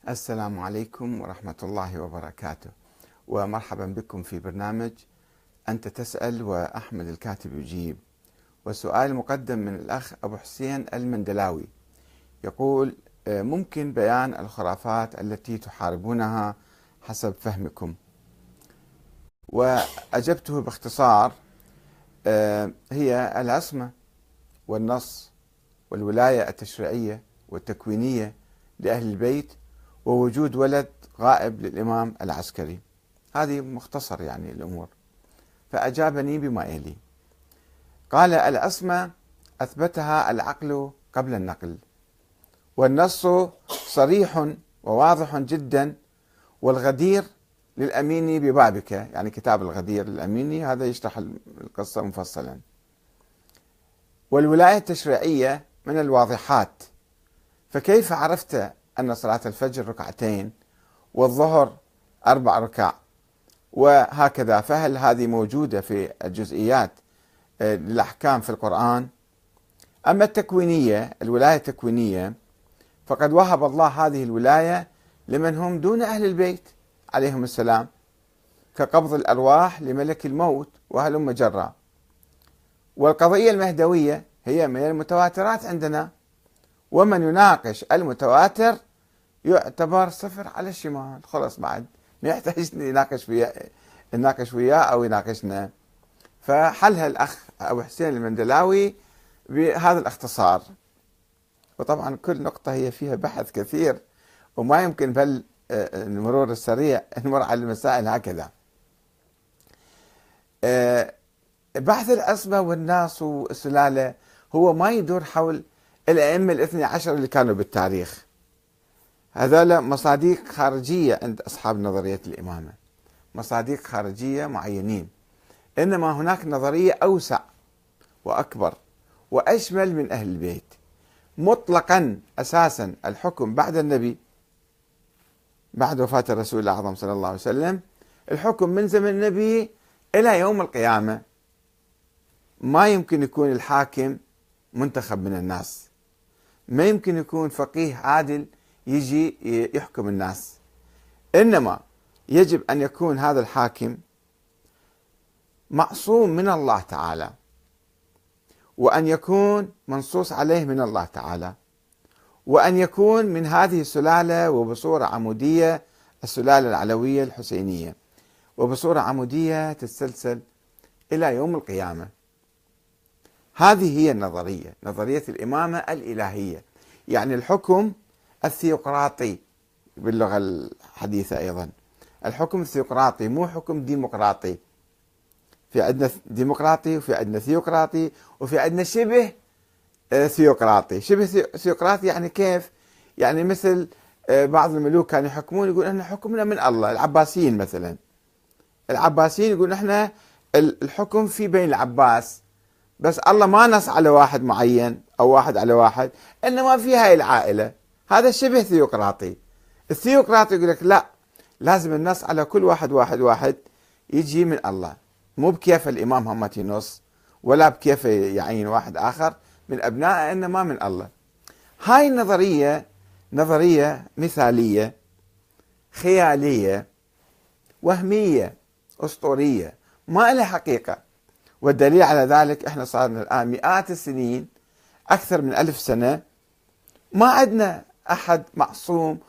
السلام عليكم ورحمة الله وبركاته، ومرحبا بكم في برنامج أنت تسأل وأحمد الكاتب يجيب. والسؤال مقدم من الأخ أبو حسين المندلاوي، يقول: ممكن بيان الخرافات التي تحاربونها حسب فهمكم؟ وأجبته باختصار: هي العصمة والنص والولاية التشريعية والتكوينية لأهل البيت، ووجود ولد غائب للإمام العسكري. هذه مختصر يعني الأمور. فأجابني بما يلي: قال: العصمة أثبتها العقل قبل النقل، والنص صريح وواضح جدا، والغدير للأميني ببابك، يعني كتاب الغدير للأميني هذا يشرح القصة مفصلا. والولاية التشريعية من الواضحات، فكيف عرفت أن صلاة الفجر ركعتين والظهر 4 ركع وهكذا؟ فهل هذه موجودة في الجزئيات للأحكام في القرآن؟ أما التكوينية، الولاية التكوينية، فقد وهب الله هذه الولاية لمن هم دون أهل البيت عليهم السلام، كقبض الأرواح لملك الموت وهلم جرا. والقضية المهدوية هي من المتواترات عندنا، ومن يناقش المتواتر يعتبر صفر على الشمال، خلص بعد ما يحتاج نناقش وياه أو يناقشنا. فحلها الأخ أبو حسين المندلاوي بهذا الاختصار. وطبعا كل نقطة هي فيها بحث كثير، وما يمكن المرور السريع نمر على المسائل هكذا. بحث العصبة والناس والسلالة هو ما يدور حول الأئمة الاثني عشر اللي كانوا بالتاريخ، هذول مصادق خارجية عند أصحاب نظرية الإمامة، مصادق خارجية معينين. إنما هناك نظرية أوسع وأكبر وأشمل من أهل البيت. مطلقا أساسا الحكم بعد النبي، بعد وفاة الرسول الأعظم صلى الله عليه وسلم، الحكم من زمن النبي إلى يوم القيامة. ما يمكن يكون الحاكم منتخب من الناس، ما يمكن يكون فقيه عادل يجي يحكم الناس، إنما يجب أن يكون هذا الحاكم معصوم من الله تعالى، وأن يكون منصوص عليه من الله تعالى، وأن يكون من هذه السلالة وبصورة عمودية، السلالة العلوية الحسينية، وبصورة عمودية تتسلسل إلى يوم القيامة. هذه هي النظرية، نظرية الإمامة الإلهية، يعني الحكم الثيوقراطي باللغة الحديثة. أيضا الحكم الثيوقراطي، مو حكم ديمقراطي. في عندنا ديمقراطي، وفي عندنا ثيوقراطي، وفي عندنا شبه ثيوقراطي. شبه ثيوقراطي يعني كيف؟ يعني مثل بعض الملوك كانوا يحكمون يقول احنا حكمنا من الله. العباسيين مثلا، العباسيين يقول احنا الحكم في بين العباس، بس الله ما نص على واحد معين او واحد على واحد، انما في هاي العائلة. هذا شبه ثيوقراطي. الثيوقراطي يقول لك لا، لازم النص على كل واحد واحد واحد يجي من الله، مو بكيف الإمام همتي ينص، ولا بكيف يعين واحد آخر من أبنائه، إنما من الله. هاي النظرية نظرية مثالية خيالية وهمية أسطورية، ما لها حقيقة. والدليل على ذلك إحنا صارنا الآن مئات السنين، أكثر من 1000 سنة، ما عندنا أحد معصوم